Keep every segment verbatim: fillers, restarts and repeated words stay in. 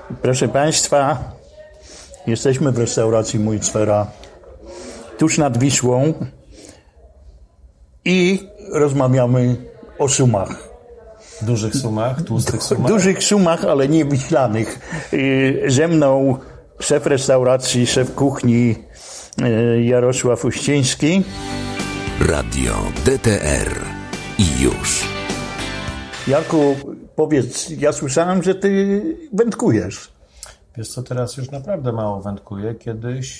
Proszę Państwa, jesteśmy w restauracji Mój Sfera, tuż nad Wisłą i rozmawiamy o sumach. Dużych sumach, tłustych sumach? Dużych sumach, ale nie wiślanych. Ze mną szef restauracji, szef kuchni Jarosław Uściński. Radio D T R i już. Jarku, powiedz, ja słyszałem, że ty wędkujesz. Wiesz co, teraz już naprawdę mało wędkuję. Kiedyś,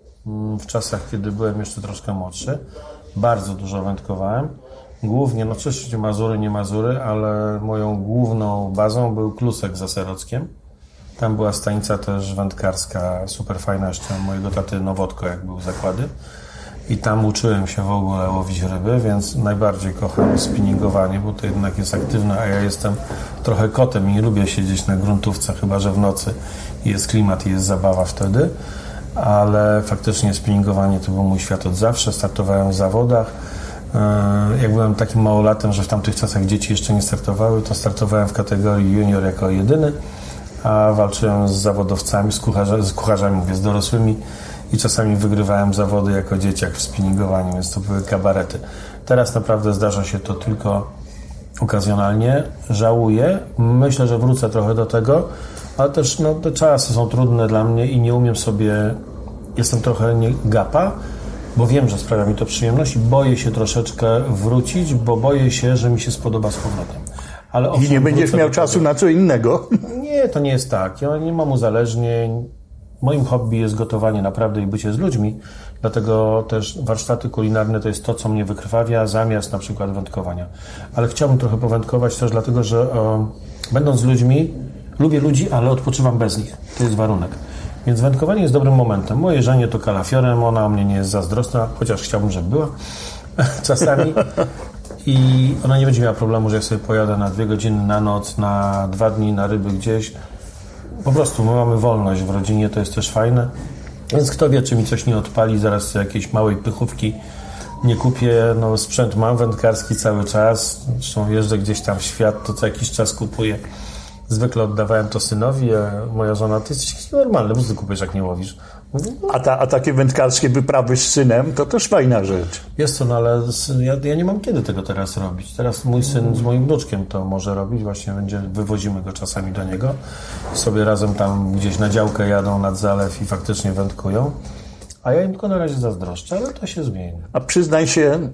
w czasach, kiedy byłem jeszcze troszkę młodszy, bardzo dużo wędkowałem. Głównie, no oczywiście Mazury, nie Mazury, ale moją główną bazą był Klusek za Serockiem. Tam była stanica też wędkarska, super fajna, jeszcze mojego taty Nowotko, jak był zakłady. I tam uczyłem się w ogóle łowić ryby, więc najbardziej kocham spinningowanie, bo to jednak jest aktywne, a ja jestem trochę kotem i nie lubię siedzieć na gruntówce, chyba że w nocy jest klimat i jest zabawa wtedy. Ale faktycznie spinningowanie to był mój świat od zawsze. Startowałem w zawodach. Jak byłem takim małolatem, że w tamtych czasach dzieci jeszcze nie startowały, to startowałem w kategorii junior jako jedyny, a walczyłem z zawodowcami, z, kucharza, z kucharzami, mówię, z dorosłymi i czasami wygrywałem zawody jako dzieciak w spinningowaniu, więc to były kabarety. Teraz naprawdę zdarza się to tylko okazjonalnie. Żałuję. Myślę, że wrócę trochę do tego, ale też no, te czasy są trudne dla mnie i nie umiem sobie, jestem trochę nie, gapa, bo wiem, że sprawia mi to przyjemność i boję się troszeczkę wrócić, bo boję się, że mi się spodoba z powrotem. Ale I nie będziesz miał czasu na co innego? Nie, to nie jest tak. Ja nie mam uzależnień. Moim hobby jest gotowanie naprawdę i bycie z ludźmi, dlatego też warsztaty kulinarne to jest to, co mnie wykrwawia, zamiast na przykład wędkowania. Ale chciałbym trochę powędkować też dlatego, że o, będąc z ludźmi, lubię ludzi, ale odpoczywam bez nich. To jest warunek. Więc wędkowanie jest dobrym momentem. Moje żenie to kalafiorem, ona o mnie nie jest zazdrosna, chociaż chciałbym, żeby była czasami. I ona nie będzie miała problemu, że ja sobie pojadę na dwie godziny na noc, na dwa dni na ryby gdzieś. Po prostu my mamy wolność w rodzinie, to jest też fajne. Więc kto wie, czy mi coś nie odpali, zaraz jakiejś małej pychówki nie kupię. No, sprzęt mam wędkarski cały czas. Zresztą jeżdżę gdzieś tam w świat, to co jakiś czas kupuję. Zwykle oddawałem to synowi, a moja żona, ty jesteś normalny, bo ty kupujesz, jak nie łowisz. Mówię, no. a, ta, a takie wędkarskie wyprawy z synem, to też fajna rzecz. Jest to, no ale ja, ja nie mam kiedy tego teraz robić. Teraz mój syn z moim wnuczkiem to może robić, właśnie będzie, wywozimy go czasami do niego. Sobie razem tam gdzieś na działkę jadą nad zalew i faktycznie wędkują. A ja im tylko na razie zazdroszczę, ale to się zmieni. A przyznaj się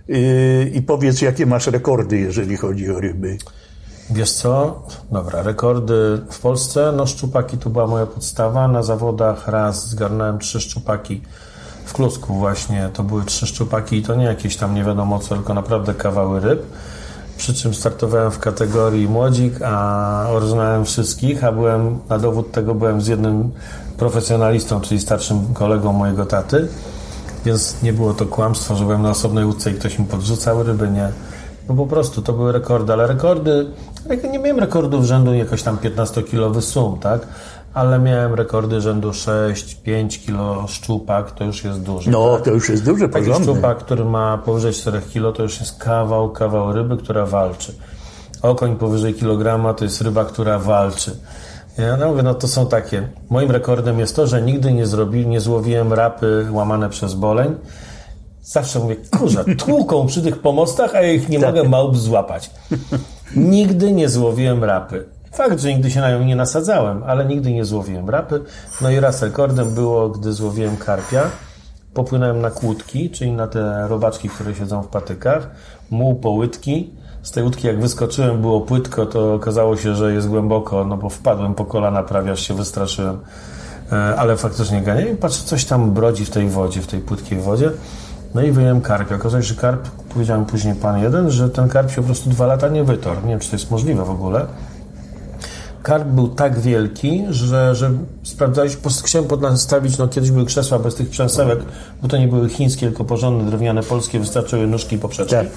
yy, i powiedz, jakie masz rekordy, jeżeli chodzi o ryby. Wiesz co? Dobra, rekordy w Polsce, no szczupaki to była moja podstawa. Na zawodach raz zgarnąłem trzy szczupaki w Klusku właśnie. To były trzy szczupaki i to nie jakieś tam nie wiadomo co, tylko naprawdę kawały ryb. Przy czym startowałem w kategorii młodzik, a orżnałem wszystkich, a byłem, na dowód tego byłem z jednym profesjonalistą, czyli starszym kolegą mojego taty. Więc nie było to kłamstwo, że byłem na osobnej łódce i ktoś mi podrzucał ryby, nie. No po prostu to były rekordy, ale rekordy, nie miałem rekordów rzędu jakoś tam piętnastokilowy sum, tak? Ale miałem rekordy rzędu sześć pięć kilo szczupak, to już jest duży. No, tak? to już jest duży, porządny. Taki szczupak, który ma powyżej cztery kilo, to już jest kawał, kawał ryby, która walczy. Okoń powyżej kilograma to jest ryba, która walczy. Ja no mówię, no to są takie. Moim rekordem jest to, że nigdy nie zrobi, nie złowiłem rapy łamane przez boleń. Zawsze mówię, kurza, tłuką przy tych pomostach, a ja ich nie tak. mogę małp złapać. Nigdy nie złowiłem rapy. Fakt, że nigdy się na nią nie nasadzałem, ale nigdy nie złowiłem rapy. No i raz rekordem było, gdy złowiłem karpia. Popłynąłem na kłódki, czyli na te robaczki, które siedzą w patykach. Muł po łydki. Z tej łódki jak wyskoczyłem, było płytko, to okazało się, że jest głęboko, no bo wpadłem po kolana, prawie aż się wystraszyłem. Ale faktycznie ganiałem i patrzę, coś tam brodzi w tej wodzie, w tej płytkiej wodzie. No i wyjąłem karpia. Okazało się, że karp, powiedziałem później pan jeden, że ten karp się po prostu dwa lata nie wytorł. Nie wiem, czy to jest możliwe w ogóle. Karp był tak wielki, że, że sprawdzaliśmy, chciałem podnastawić, no kiedyś były krzesła bez tych przęsełek, bo to nie były chińskie, tylko porządne, drewniane, polskie, wystarczyły nóżki i poprzeczki. Tak.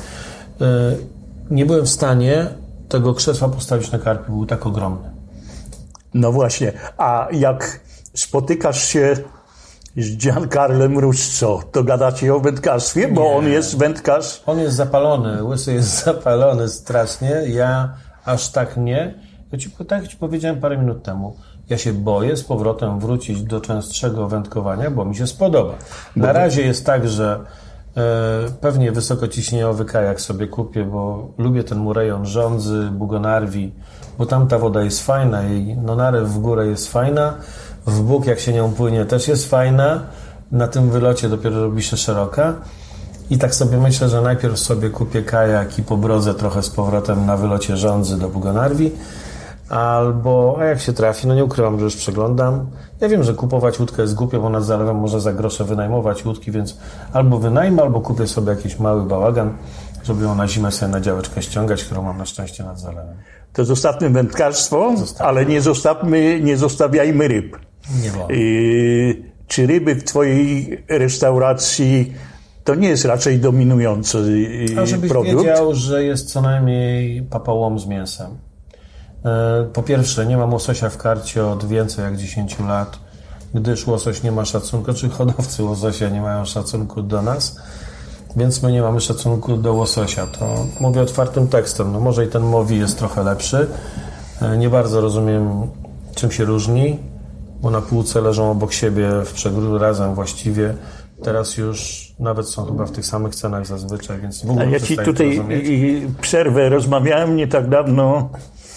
Nie byłem w stanie tego krzesła postawić na karpie, był tak ogromny. No właśnie, a jak spotykasz się z Giancarlem Russo, to gadacie o wędkarstwie, bo nie. On jest wędkarz. On jest zapalony, Łysy jest zapalony strasznie, ja aż tak nie. Ja ci, tak ci powiedziałem parę minut temu. Ja się boję z powrotem wrócić do częstszego wędkowania, bo mi się spodoba. Na razie jest tak, że e, pewnie wysokociśnieniowy kajak sobie kupię, bo lubię ten mu rejon Żądzy, Bugonarwi, bo tam ta woda jest fajna i no narew w górę jest fajna, w Bóg jak się nią płynie też jest fajna, na tym wylocie dopiero robi się szeroka. I tak sobie myślę, że najpierw sobie kupię kajak i pobrodzę trochę z powrotem na wylocie Żądzy do Bugonarwi. Albo, a jak się trafi, no nie ukrywam, że już przeglądam. Ja wiem, że kupować łódkę jest głupio, bo nad zalewem można za grosze wynajmować łódki, więc albo wynajmę, albo kupię sobie jakiś mały bałagan, żeby ją na zimę sobie na działeczkę ściągać, którą mam na szczęście nad zalewem. To zostawmy wędkarstwo, zostawmy. Ale nie zostawmy, nie zostawiajmy ryb. Nie wolno. Yy, czy ryby w twojej restauracji to nie jest raczej dominujący produkt? A żebyś wiedział, że jest co najmniej papołom z mięsem. Po pierwsze, nie mam łososia w karcie od więcej jak dziesięć lat, gdyż łosoś nie ma szacunku, czy hodowcy łososia nie mają szacunku do nas, więc my nie mamy szacunku do łososia. To mówię otwartym tekstem. No może i ten mowi jest trochę lepszy. Nie bardzo rozumiem, czym się różni, bo na półce leżą obok siebie w przegród razem właściwie. Teraz już nawet są chyba w tych samych cenach zazwyczaj, więc w ogóle ja ci tutaj przerwę. Rozmawiałem nie tak dawno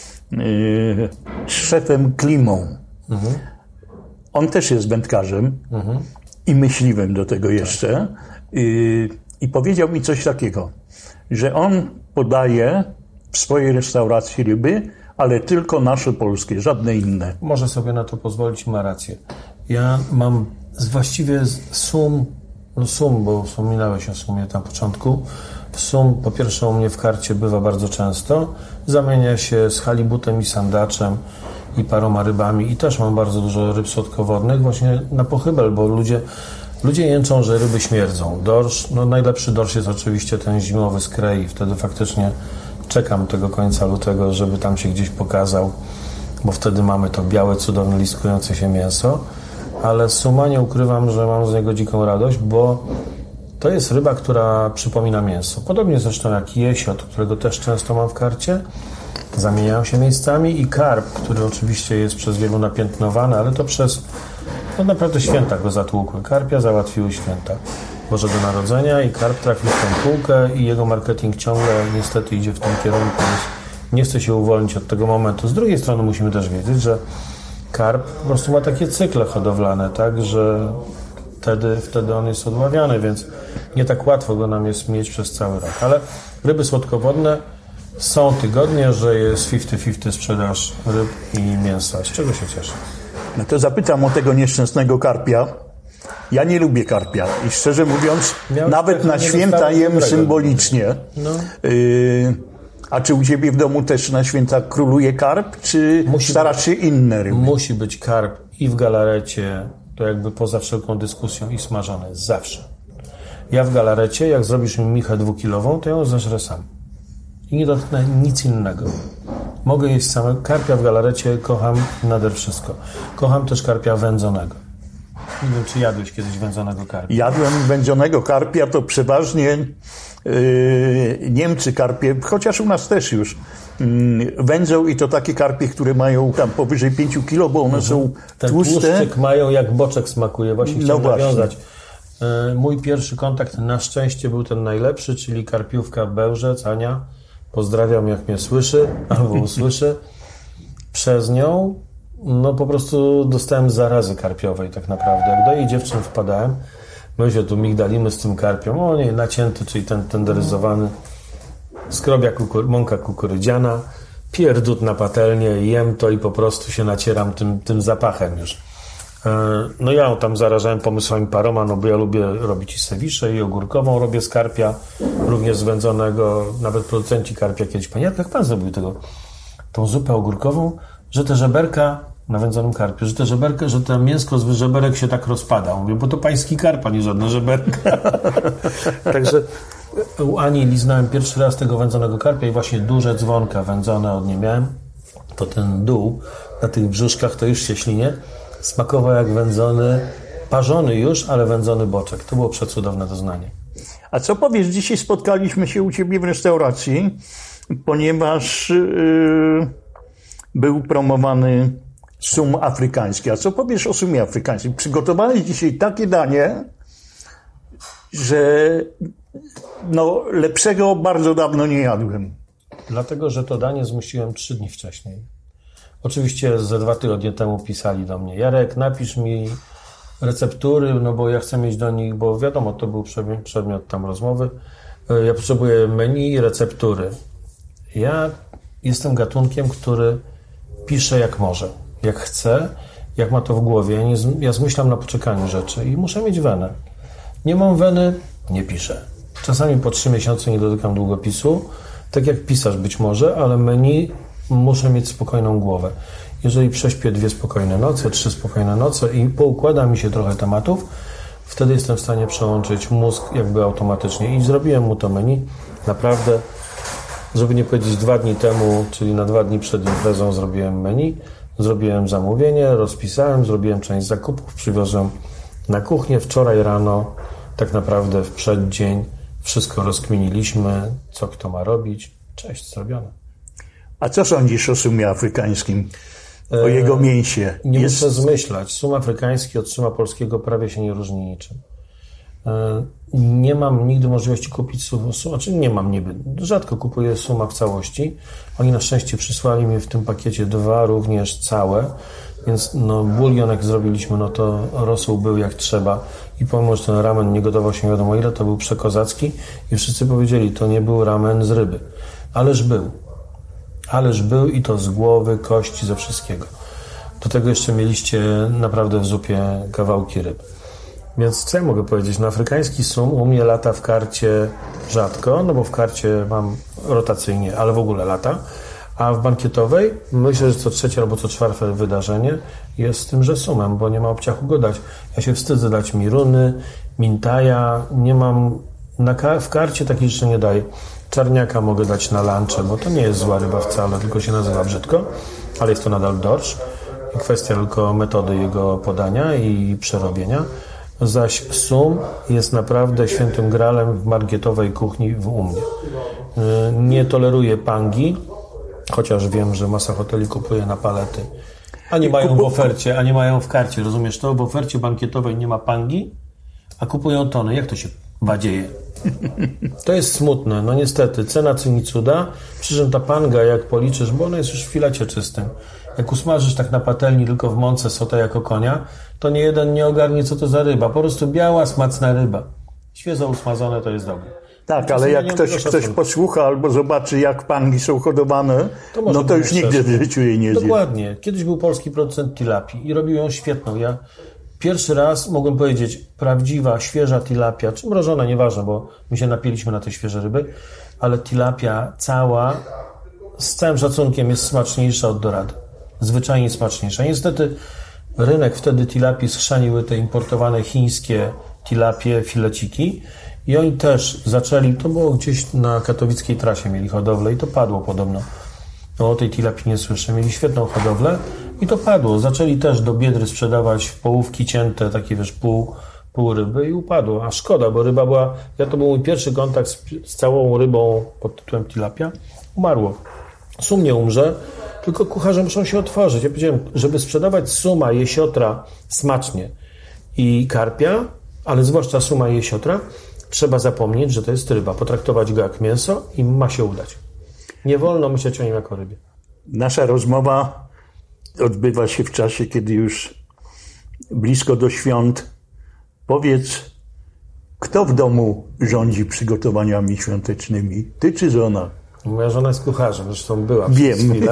z szefem Klimą. Mhm. On też jest wędkarzem mhm. i myśliwym do tego jeszcze. I, I powiedział mi coś takiego, że on podaje w swojej restauracji ryby, ale tylko nasze polskie, żadne inne. Może sobie na to pozwolić, ma rację. Ja mam właściwie sum, no sum, bo wspominałeś o sumie na początku. Sum po pierwsze u mnie w karcie bywa bardzo często. Zamienia się z halibutem i sandaczem i paroma rybami i też mam bardzo dużo ryb słodkowodnych właśnie na pochybel, bo ludzie, ludzie jęczą, że ryby śmierdzą. Dorsz, no najlepszy dorsz jest oczywiście ten zimowy z Krei. Wtedy faktycznie czekam tego końca lutego, żeby tam się gdzieś pokazał, bo wtedy mamy to białe, cudowne, listkujące się mięso. Ale suma nie ukrywam, że mam z niego dziką radość, bo to jest ryba, która przypomina mięso. Podobnie zresztą jak jesiot, którego też często mam w karcie. Zamieniają się miejscami i karp, który oczywiście jest przez wielu napiętnowany, ale to przez no naprawdę święta go zatłukły. Karpia załatwiły święta Bożego Narodzenia i karp trafił w tą półkę i jego marketing ciągle niestety idzie w tym kierunku, więc nie chce się uwolnić od tego momentu. Z drugiej strony musimy też wiedzieć, że karp po prostu ma takie cykle hodowlane, tak, że wtedy, wtedy on jest odławiany, więc nie tak łatwo go nam jest mieć przez cały rok. Ale ryby słodkowodne są tygodnie, że jest pięćdziesiąt pięćdziesiąt sprzedaż ryb i mięsa, z czego się cieszę. No to zapytam o tego nieszczęsnego karpia. Ja nie lubię karpia i szczerze mówiąc, Miał nawet na święta jem symbolicznie. No. Yy, a czy u ciebie w domu też na święta króluje karp, czy musi starasz być, się inne ryby? Musi być karp i w galarecie, to jakby poza wszelką dyskusją, i smażone, zawsze. Ja w galarecie, jak zrobisz mi michę dwukilową, to ją zeżrę sam. I nie dotknę nic innego. Mogę jeść same karpia w galarecie, kocham nader wszystko. Kocham też karpia wędzonego. Nie wiem, czy jadłeś kiedyś wędzonego karpia? Jadłem wędzonego karpia, to przeważnie yy, Niemcy karpie, chociaż u nas też już yy, wędzą i to takie karpie, które mają tam powyżej pięć kilo, bo one mhm. są Ten tłuste. Ten tłuszczyk mają jak boczek smakuje. Właśnie chciałem no nawiązać. Yy, mój pierwszy kontakt na szczęście był ten najlepszy, czyli karpiówka Bełżec, Ania. Pozdrawiam, jak mnie słyszy albo usłyszy. Przez nią no po prostu dostałem zarazy karpiowej tak naprawdę. Jak do jej dziewczyn wpadałem, my się tu migdalimy z tym karpią. O nie, nacięty, czyli ten tenderyzowany. Skrobia kukur- mąka kukurydziana, pierdut na patelnię, jem to i po prostu się nacieram tym, tym zapachem już. No ja tam zarażałem pomysłami paroma, no bo ja lubię robić i sewiszę, i ogórkową robię z karpia, również z wędzonego, nawet producenci karpia kiedyś. Panie, jak pan zrobił tego? Tą zupę ogórkową, że te żeberka na wędzonym karpiu, że te żeberka, że to mięsko z żeberek się tak rozpada. Mówię, bo to pański karp, a nie żadna żeberka. Także u Ani liznałem pierwszy raz tego wędzonego karpia i właśnie duże dzwonka wędzone od niej miałem. To ten dół na tych brzuszkach to już się ślinie. Smakował jak wędzony, parzony już, ale wędzony boczek. To było przecudowne doznanie. A co powiesz, dzisiaj spotkaliśmy się u ciebie w restauracji, ponieważ yy, był promowany sum afrykański. A co powiesz o sumie afrykańskiej? Przygotowali dzisiaj takie danie, że no, lepszego bardzo dawno nie jadłem. Dlatego, że to danie zmusiłem trzy dni wcześniej. Oczywiście ze dwa tygodnie temu pisali do mnie: Jarek, napisz mi receptury, no bo ja chcę mieć do nich, bo wiadomo, to był przedmiot tam rozmowy. Ja potrzebuję menu i receptury. Ja jestem gatunkiem, który pisze jak może, jak chce, jak ma to w głowie. Ja, nie, ja zmyślam na poczekaniu rzeczy i muszę mieć wenę. Nie mam weny, nie piszę. Czasami po trzy miesiące nie dotykam długopisu, tak jak pisarz być może, ale menu muszę mieć spokojną głowę. Jeżeli prześpię dwie spokojne noce, trzy spokojne noce i poukłada mi się trochę tematów, wtedy jestem w stanie przełączyć mózg jakby automatycznie. I zrobiłem mu to menu. Naprawdę, żeby nie powiedzieć dwa dni temu, czyli na dwa dni przed imprezą zrobiłem menu, zrobiłem zamówienie, rozpisałem, zrobiłem część zakupów, przywiozłem na kuchnię. Wczoraj rano, tak naprawdę w przeddzień, wszystko rozkminiliśmy, co kto ma robić. Cześć, zrobione. A co sądzisz o sumie afrykańskim? O jego mięsie? Nie Jest... muszę zmyślać. Sum afrykański od suma polskiego prawie się nie różni niczym. Nie mam nigdy możliwości kupić suma, znaczy nie mam niby, rzadko kupuję suma w całości. Oni na szczęście przysłali mi w tym pakiecie dwa również całe, więc no bulion jak zrobiliśmy, no to rosół był jak trzeba i pomimo, że ten ramen nie gotował się nie wiadomo ile, to był przekozacki i wszyscy powiedzieli, to nie był ramen z ryby, ależ był. Ależ był i to z głowy, kości, ze wszystkiego. Do tego jeszcze mieliście naprawdę w zupie kawałki ryb. Więc co ja mogę powiedzieć? No afrykański sum u mnie lata w karcie rzadko, no bo w karcie mam rotacyjnie, ale w ogóle lata. A w bankietowej myślę, że co trzecie albo co czwarte wydarzenie jest z tymże sumem, bo nie ma obciachu go dać. Ja się wstydzę dać miruny, mintaja, nie mam... Na ka- w karcie takich rzeczy nie daję. Czarniaka mogę dać na lunche, bo to nie jest zła ryba wcale, tylko się nazywa brzydko, ale jest to nadal dorsz. Kwestia tylko metody jego podania i przerobienia. Zaś sum jest naprawdę świętym gralem w margietowej kuchni w u mnie. Nie toleruję pangi, chociaż wiem, że masa hoteli kupuje na palety. A nie mają w ofercie, a nie mają w karcie, rozumiesz to? W ofercie bankietowej nie ma pangi, a kupują tony. Jak to się badzieje? To jest smutne, no niestety, cena czyni cuda, przy czym ta panga, jak policzysz, bo ona jest już w filecie czystym, jak usmażysz tak na patelni tylko w mące sotę jako konia, to nie jeden nie ogarnie, co to za ryba, po prostu biała, smacna ryba. Świeżo usmażone to jest dobre. Tak, ale jak ktoś, ktoś posłucha albo zobaczy, jak pangi są hodowane, to no to już nigdy w życiu jej nie zje. Dokładnie. Kiedyś był polski producent tilapii i robił ją świetną. Ja pierwszy raz mogłem powiedzieć, prawdziwa, świeża tilapia, czy mrożona, nieważne, bo my się napiliśmy na te świeże ryby, ale tilapia cała, z całym szacunkiem, jest smaczniejsza od dorady. Zwyczajnie smaczniejsza. Niestety rynek wtedy tilapii schrzaniły te importowane chińskie tilapie, fileciki i oni też zaczęli, to było gdzieś na katowickiej trasie mieli hodowlę i to padło podobno. No o tej tilapii nie słyszę. Mieli świetną hodowlę i to padło. Zaczęli też do Biedry sprzedawać połówki cięte, takie wiesz, pół, pół ryby i upadło. A szkoda, bo ryba była, ja to był mój pierwszy kontakt z, z całą rybą pod tytułem tilapia. Umarło. Sum nie umrze, tylko kucharze muszą się otworzyć. Ja powiedziałem, żeby sprzedawać suma, jesiotra smacznie i karpia, ale zwłaszcza suma i jesiotra, trzeba zapomnieć, że to jest ryba, potraktować go jak mięso i ma się udać. Nie wolno myśleć o nim jako rybie. Nasza rozmowa odbywa się w czasie, kiedy już blisko do świąt. Powiedz, kto w domu rządzi przygotowaniami świątecznymi? Ty czy żona? Moja żona jest kucharzem, zresztą była Wiem. przez chwilę.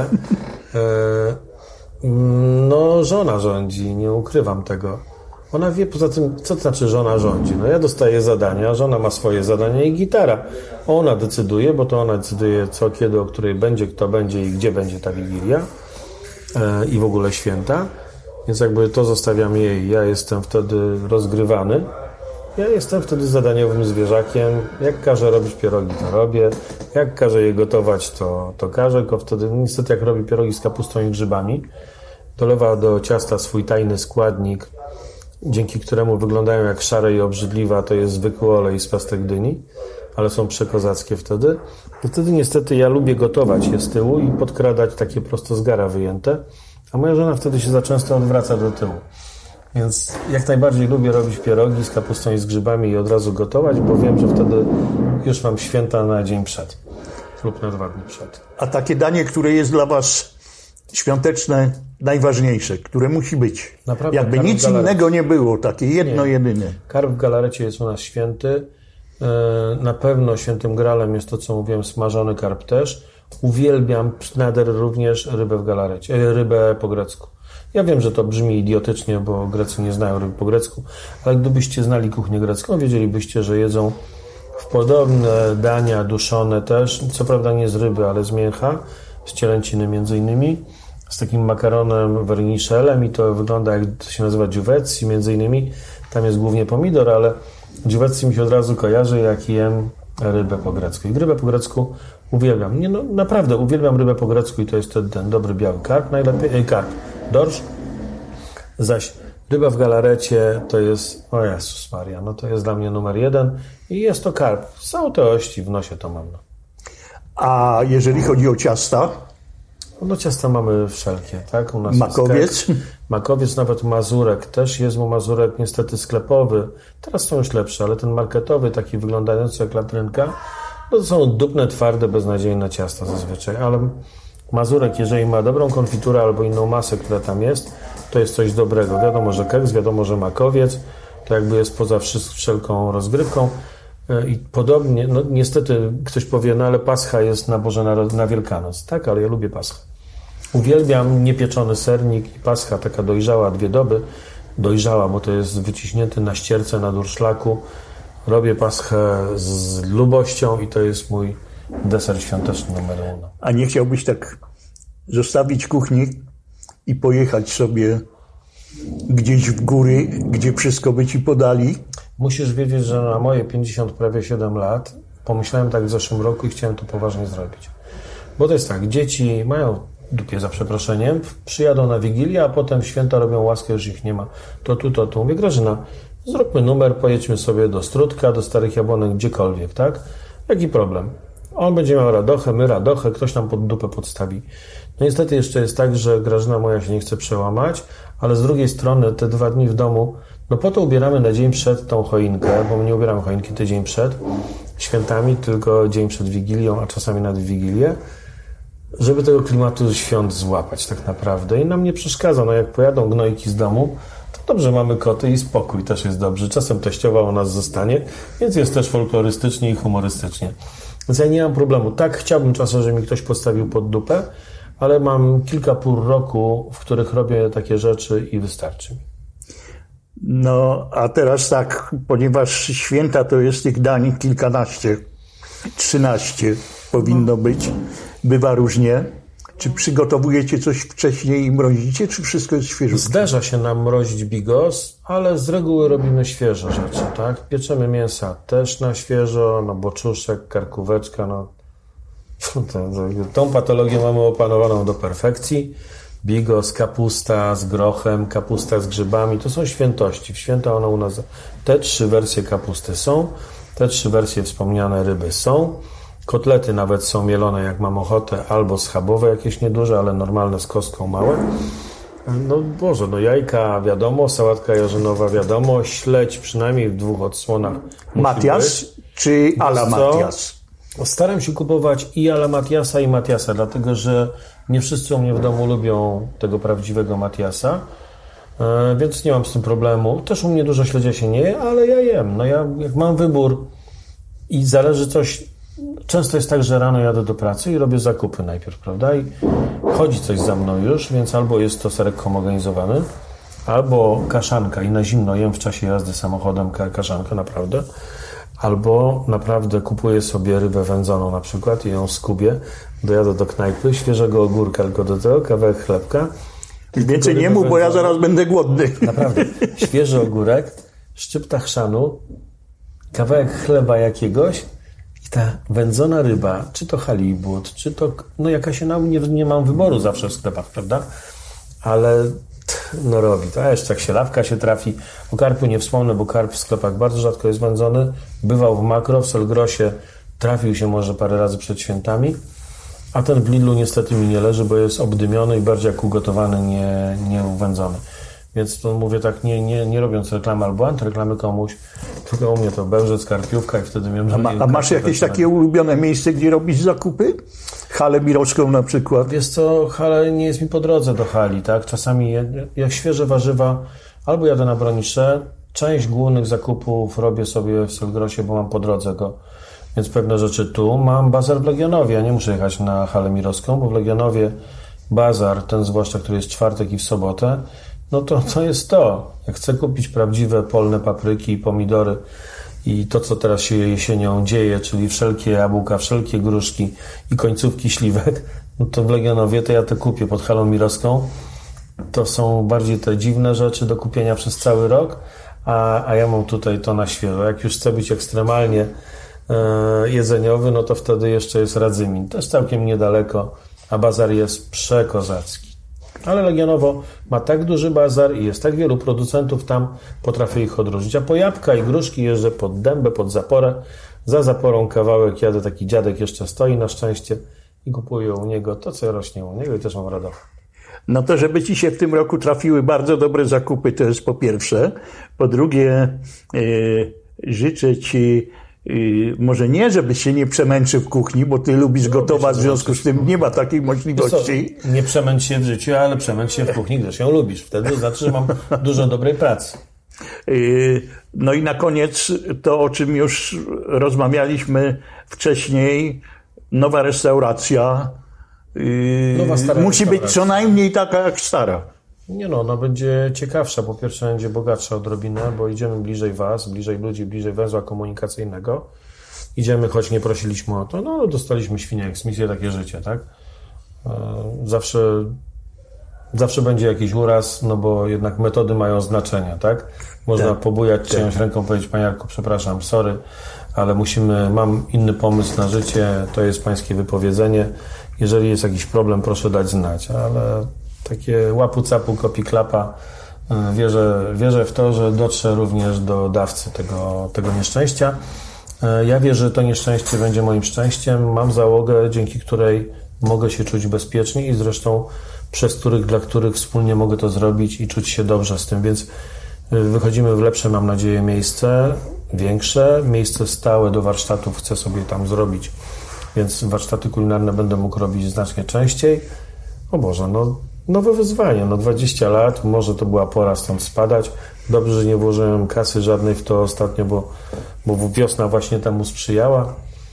E, no, żona rządzi, nie ukrywam tego. Ona wie, poza tym, co to znaczy żona rządzi. No ja dostaję zadania, żona ma swoje zadania i gitara. Ona decyduje, bo to ona decyduje co, kiedy, o której będzie, kto będzie i gdzie będzie ta Wigilia e, i w ogóle święta. Więc jakby to zostawiam jej. Ja jestem wtedy rozgrywany. Ja jestem wtedy zadaniowym zwierzakiem. Jak każe robić pierogi, to robię. Jak każe je gotować, to, to każe. Tylko wtedy, niestety, jak robi pierogi z kapustą i grzybami, dolewa do ciasta swój tajny składnik, dzięki któremu wyglądają jak szare i obrzydliwe, to jest zwykły olej z pastek dyni, ale są przekozackie wtedy. I wtedy niestety ja lubię gotować je z tyłu i podkradać takie prosto z gara wyjęte. A moja żona wtedy się za często odwraca do tyłu. Więc jak najbardziej lubię robić pierogi z kapustą i z grzybami i od razu gotować, bo wiem, że wtedy już mam święta na dzień przed lub na dwa dni przed. A takie danie, które jest dla was świąteczne, najważniejsze, które musi być. Naprawdę, jakby nic innego nie było, takie jedno, nie. jedyne. Karp w galarecie jest u nas święty. Na pewno świętym gralem jest to, co mówiłem, smażony karp też. Uwielbiam nader również rybę w galarecie, rybę po grecku. Ja wiem, że to brzmi idiotycznie, bo Grecy nie znają ryby po grecku, ale gdybyście znali kuchnię grecką, wiedzielibyście, że jedzą w podobne dania duszone też, co prawda nie z ryby, ale z mięcha, z cielęciny między innymi, z takim makaronem vernicellem i to wygląda, jak to się nazywa giuvezzi między innymi. Tam jest głównie pomidor, ale giuvezzi mi się od razu kojarzy, jak jem rybę po grecku. I rybę po grecku uwielbiam. Nie, no, naprawdę uwielbiam rybę po grecku i to jest ten, ten dobry biały karp, najlepiej, e, karp, dorsz. Zaś ryba w galarecie to jest, o Jezus Maria, no to jest dla mnie numer jeden i jest to karp. Są te ości, w nosie to mam. No. A jeżeli chodzi o ciasta? No ciasta mamy wszelkie, tak? U nas makowiec? Jest makowiec, nawet mazurek. Też jest mu mazurek niestety sklepowy. Teraz są już lepsze, ale ten marketowy, taki wyglądający jak latrynka, no to są dupne, twarde, beznadziejne ciasta zazwyczaj, ale mazurek, jeżeli ma dobrą konfiturę albo inną masę, która tam jest, to jest coś dobrego. Wiadomo, że keks, wiadomo, że makowiec, to jakby jest poza wszelką rozgrywką. I podobnie, no niestety ktoś powie, no ale Pascha jest na Boże Narod- na Wielkanoc. Tak, ale ja lubię Paschę. Uwielbiam niepieczony sernik i Pascha taka dojrzała, dwie doby. Dojrzała, bo to jest wyciśnięty na ścierce, na durszlaku. Robię Paschę z lubością i to jest mój deser świąteczny numer uno. A nie chciałbyś tak zostawić kuchni i pojechać sobie gdzieś w góry, gdzie wszystko by ci podali? Musisz wiedzieć, że na moje pięćdziesiąt, prawie siedem lat pomyślałem tak w zeszłym roku i chciałem to poważnie zrobić. Bo to jest tak, dzieci mają dupie za przeproszeniem, przyjadą na Wigilię, a potem święta robią łaskę, już ich nie ma. To tu, to tu. Mówię, Grażyna, zróbmy numer, pojedźmy sobie do Stródka, do Starych Jabłonek, gdziekolwiek, tak? Jaki problem? On będzie miał radochę, my radochę, ktoś nam pod dupę podstawi. No niestety jeszcze jest tak, że Grażyna moja się nie chce przełamać, ale z drugiej strony te dwa dni w domu, no po to ubieramy na dzień przed tą choinkę, bo my nie ubieramy choinki tydzień przed świętami, tylko dzień przed Wigilią, a czasami nawet w Wigilię, żeby tego klimatu świąt złapać tak naprawdę. I nam nie przeszkadza, no jak pojadą gnojki z domu, to dobrze, mamy koty i spokój też jest dobrze. Czasem teściowa u nas zostanie, więc jest też folklorystycznie i humorystycznie. Więc ja nie mam problemu. Tak, chciałbym czasem, żeby mi ktoś podstawił pod dupę, ale mam kilka pór roku, w których robię takie rzeczy i wystarczy mi. No, a teraz tak, ponieważ święta to jest tych dań kilkanaście, trzynaście powinno być, bywa różnie. Czy przygotowujecie coś wcześniej i mrozicie, czy wszystko jest świeżutkie? Zdarza się nam mrozić bigos, ale z reguły robimy świeże rzeczy, tak? Pieczemy mięsa też na świeżo, no boczuszek, karkóweczka, no. Tą patologię mamy opanowaną do perfekcji. Bigos, kapusta z grochem, kapusta z grzybami, to są świętości. W święta one u nas, te trzy wersje kapusty są, te trzy wersje wspomniane ryby są. Kotlety nawet są mielone, jak mam ochotę, albo schabowe jakieś nieduże, ale normalne z kostką małe. No Boże, no jajka wiadomo, sałatka jarzynowa wiadomo, śledź przynajmniej w dwóch odsłonach. Matias czy ala Matias? Staram się kupować i ala Matiasa i Matiasa, dlatego że nie wszyscy u mnie w domu lubią tego prawdziwego Matiasa, więc nie mam z tym problemu. Też u mnie dużo śledzia się nie je, ale ja jem. No ja jak mam wybór i zależy coś. Często jest tak, że rano jadę do pracy i robię zakupy najpierw, prawda? I chodzi coś za mną już, więc albo jest to serek homogenizowany, albo kaszanka i na zimno jem w czasie jazdy samochodem kaszankę, naprawdę. Albo naprawdę kupuję sobie rybę wędzoną na przykład i ją skubię, dojadę do knajpy, świeżego ogórka tylko do tego, kawałek chlebka. Więcej nie mów, bo ja zaraz będę głodny. Naprawdę. Świeży ogórek, szczypta chrzanu, kawałek chleba jakiegoś i ta wędzona ryba, czy to halibut, czy to, no jakaś, no nie, nie mam wyboru zawsze w sklepach, prawda? Ale no robi to, a jeszcze jak sielawka się trafi. O karpu nie wspomnę, bo karp w sklepach bardzo rzadko jest wędzony. Bywał w Makro, w Solgrosie, trafił się może parę razy przed świętami, A ten w Lidlu niestety mi nie leży, bo jest obdymiony i bardziej jak ugotowany, nie, nie uwędzony. Więc to mówię tak, nie, nie, nie robiąc reklamy albo antyreklamy komuś, tylko u mnie to Bełżec, Karpiówka i wtedy wiem, że... A, ma, a masz jakieś takie ulubione miejsce, gdzie robisz zakupy? Halę Mirowską na przykład? Wiesz co, Hale nie jest mi po drodze do hali, tak? Czasami jak świeże warzywa, albo jadę na Bronisze, część głównych zakupów robię sobie w Selgrosie, bo mam po drodze go. Więc pewne rzeczy tu. Mam bazar w Legionowie, ja nie muszę jechać na Halę Mirowską, bo w Legionowie bazar, ten zwłaszcza, który jest w czwartek i w sobotę, no to to jest to. Jak chcę kupić prawdziwe polne papryki i pomidory i to, co teraz się jesienią dzieje, czyli wszelkie jabłka, wszelkie gruszki i końcówki śliwek, no to w Legionowie to ja to kupię pod Halą Mirowską. To są bardziej te dziwne rzeczy do kupienia przez cały rok, a, a ja mam tutaj to na świeżo. Jak już chcę być ekstremalnie e, jedzeniowy, no to wtedy jeszcze jest Radzymin. Też całkiem niedaleko, a bazar jest przekozacki. Ale Legionowo ma tak duży bazar i jest tak wielu producentów tam, potrafię ich odróżnić. A po jabłka i gruszki jeżdżę pod Dębę, pod Zaporę. Za Zaporą kawałek jadę, taki dziadek jeszcze stoi na szczęście i kupuję u niego to, co rośnie u niego i też mam radość. No to, żeby ci się w tym roku trafiły bardzo dobre zakupy, to jest po pierwsze. Po drugie, yy, życzę ci, yy, może nie, żebyś się nie przemęczył w kuchni, bo ty lubisz gotować, w związku z tym nie ma takiej możliwości. Co, nie przemęcz się w życiu, ale przemęcz się w kuchni, gdyż ją lubisz. Wtedy znaczy, że mam dużo dobrej pracy. Yy, no i na koniec to, o czym już rozmawialiśmy wcześniej, nowa restauracja. Yy, musi być co najmniej taka jak stara. Nie no, ona będzie ciekawsza. Po pierwsze będzie bogatsza odrobinę, bo idziemy bliżej was, bliżej ludzi, bliżej węzła komunikacyjnego. Idziemy, choć nie prosiliśmy o to, no ale dostaliśmy świnie eksmisję, takie życie, tak? Zawsze, zawsze będzie jakiś uraz, no bo jednak metody mają znaczenie, tak? Można tak, pobujać tak. czyjąś ręką, powiedzieć, panie Jarku, przepraszam, sorry, ale musimy, mam inny pomysł na życie, to jest pańskie wypowiedzenie. Jeżeli jest jakiś problem, proszę dać znać, ale takie łapu capu, kopi klapa, wierzę, wierzę w to, że dotrze również do dawcy tego, tego nieszczęścia. Ja wierzę, że to nieszczęście będzie moim szczęściem. Mam załogę, dzięki której mogę się czuć bezpiecznie i zresztą przez których, dla których wspólnie mogę to zrobić i czuć się dobrze z tym, więc wychodzimy w lepsze, mam nadzieję, miejsce, większe, miejsce stałe do warsztatów chcę sobie tam zrobić. Więc warsztaty kulinarne będę mógł robić znacznie częściej. O Boże, no nowe wyzwanie, no dwadzieścia lat, może to była pora stąd spadać. Dobrze, że nie włożyłem kasy żadnej w to ostatnio, bo, bo wiosna właśnie temu sprzyjała.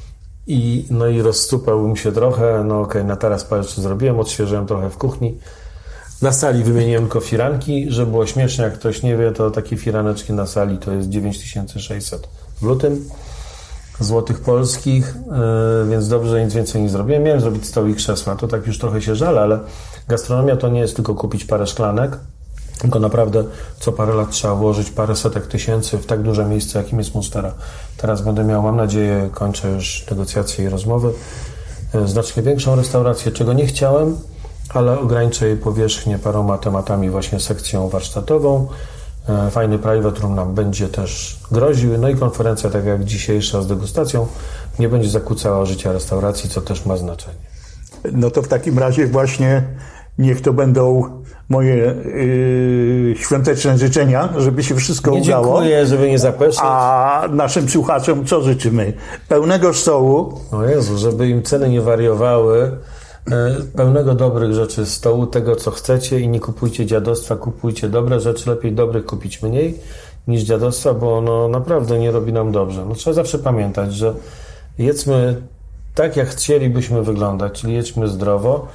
I, no i rozstupał mi się trochę, no okej, okay, na taras parę rzeczy zrobiłem, odświeżyłem trochę w kuchni. Na sali wymieniłem tylko firanki, żeby było śmiesznie, jak ktoś nie wie, to takie firaneczki na sali to jest dziewięć tysięcy sześćset w lutym. Złotych polskich, yy, więc dobrze, nic więcej nie zrobiłem. Miałem zrobić stoł i krzesła, to tak już trochę się żal, ale gastronomia to nie jest tylko kupić parę szklanek, tylko naprawdę co parę lat trzeba włożyć parę setek tysięcy w tak duże miejsce, jakim jest Munstera. Teraz będę miał, mam nadzieję, kończę już negocjacje i rozmowy, yy, znacznie większą restaurację, czego nie chciałem, ale ograniczę jej powierzchnię paroma tematami, właśnie sekcją warsztatową. Fajny private room nam będzie też groził, no i konferencja, tak jak dzisiejsza z degustacją, nie będzie zakłócała życia restauracji, co też ma znaczenie. No to w takim razie właśnie niech to będą moje yy, świąteczne życzenia, żeby się wszystko nie udało. Dziękuję, żeby nie zapeszyć. A naszym słuchaczom co życzymy? Pełnego stołu. O Jezu, żeby im ceny nie wariowały. Pełnego dobrych rzeczy z stołu, tego co chcecie i nie kupujcie dziadostwa, kupujcie dobre rzeczy, lepiej dobrych kupić mniej niż dziadostwa, bo ono naprawdę nie robi nam dobrze. No, trzeba zawsze pamiętać, że jedzmy tak jak chcielibyśmy wyglądać, czyli jedźmy zdrowo.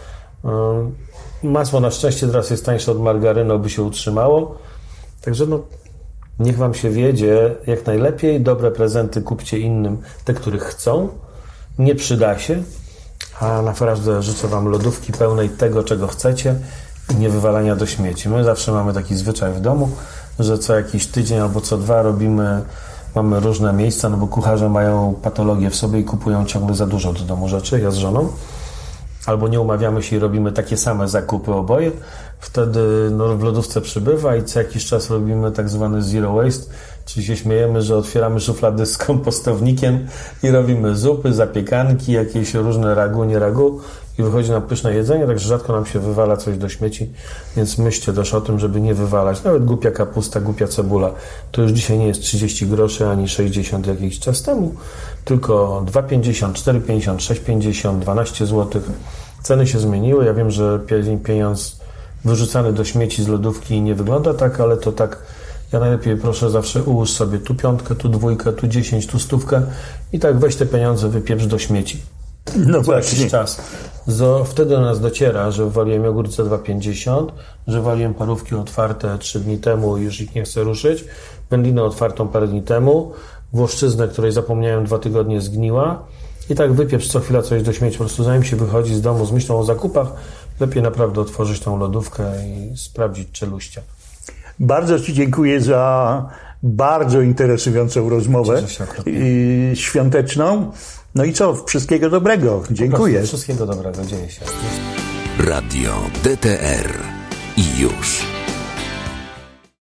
Masło na szczęście teraz jest tańsze od margaryny, aby się utrzymało, także no niech wam się wiedzie jak najlepiej, dobre prezenty kupcie innym, te których chcą, nie przyda się. A naprawdę życzę wam lodówki pełnej tego, czego chcecie i nie wywalania do śmieci. My zawsze mamy taki zwyczaj w domu, że co jakiś tydzień albo co dwa robimy, mamy różne miejsca, no bo kucharze mają patologię w sobie i kupują ciągle za dużo do domu rzeczy, ja z żoną. Albo nie umawiamy się i robimy takie same zakupy oboje, wtedy no, w lodówce przybywa i co jakiś czas robimy tak zwany zero waste, Czyli się śmiejemy, że otwieramy szuflady z kompostownikiem i robimy zupy, zapiekanki, jakieś różne ragu, nie ragu i wychodzi nam pyszne jedzenie, także rzadko nam się wywala coś do śmieci, więc myślcie też o tym, żeby nie wywalać. Nawet głupia kapusta, głupia cebula, to już dzisiaj nie jest trzydzieści groszy ani sześćdziesiąt jakiś czas temu, tylko dwa pięćdziesiąt, cztery pięćdziesiąt, sześć pięćdziesiąt, dwanaście złotych. Ceny się zmieniły. Ja wiem, że pieniądz wyrzucany do śmieci z lodówki nie wygląda tak, ale to tak. Ja najlepiej proszę zawsze ułóż sobie tu piątkę, tu dwójkę, tu dziesięć, tu stówkę i tak weź te pieniądze, wypieprz do śmieci. No Co właśnie. jakiś czas. Do, wtedy do nas dociera, że wywaliłem jogurt dwa pięćdziesiąt, że waliłem parówki otwarte trzy dni temu i już ich nie chcę ruszyć, wędlinę otwartą parę dni temu, włoszczyznę, której zapomniałem dwa tygodnie zgniła i tak wypieprz co chwila coś do śmieci. Po prostu zanim się wychodzi z domu z myślą o zakupach, lepiej naprawdę otworzyć tą lodówkę i sprawdzić czeluścia. Bardzo Ci dziękuję za bardzo interesującą rozmowę yy, świąteczną. No i co? Wszystkiego dobrego. Dziękuję. Wszystkiego dobrego. Dzieje się. Radio D T R. I już.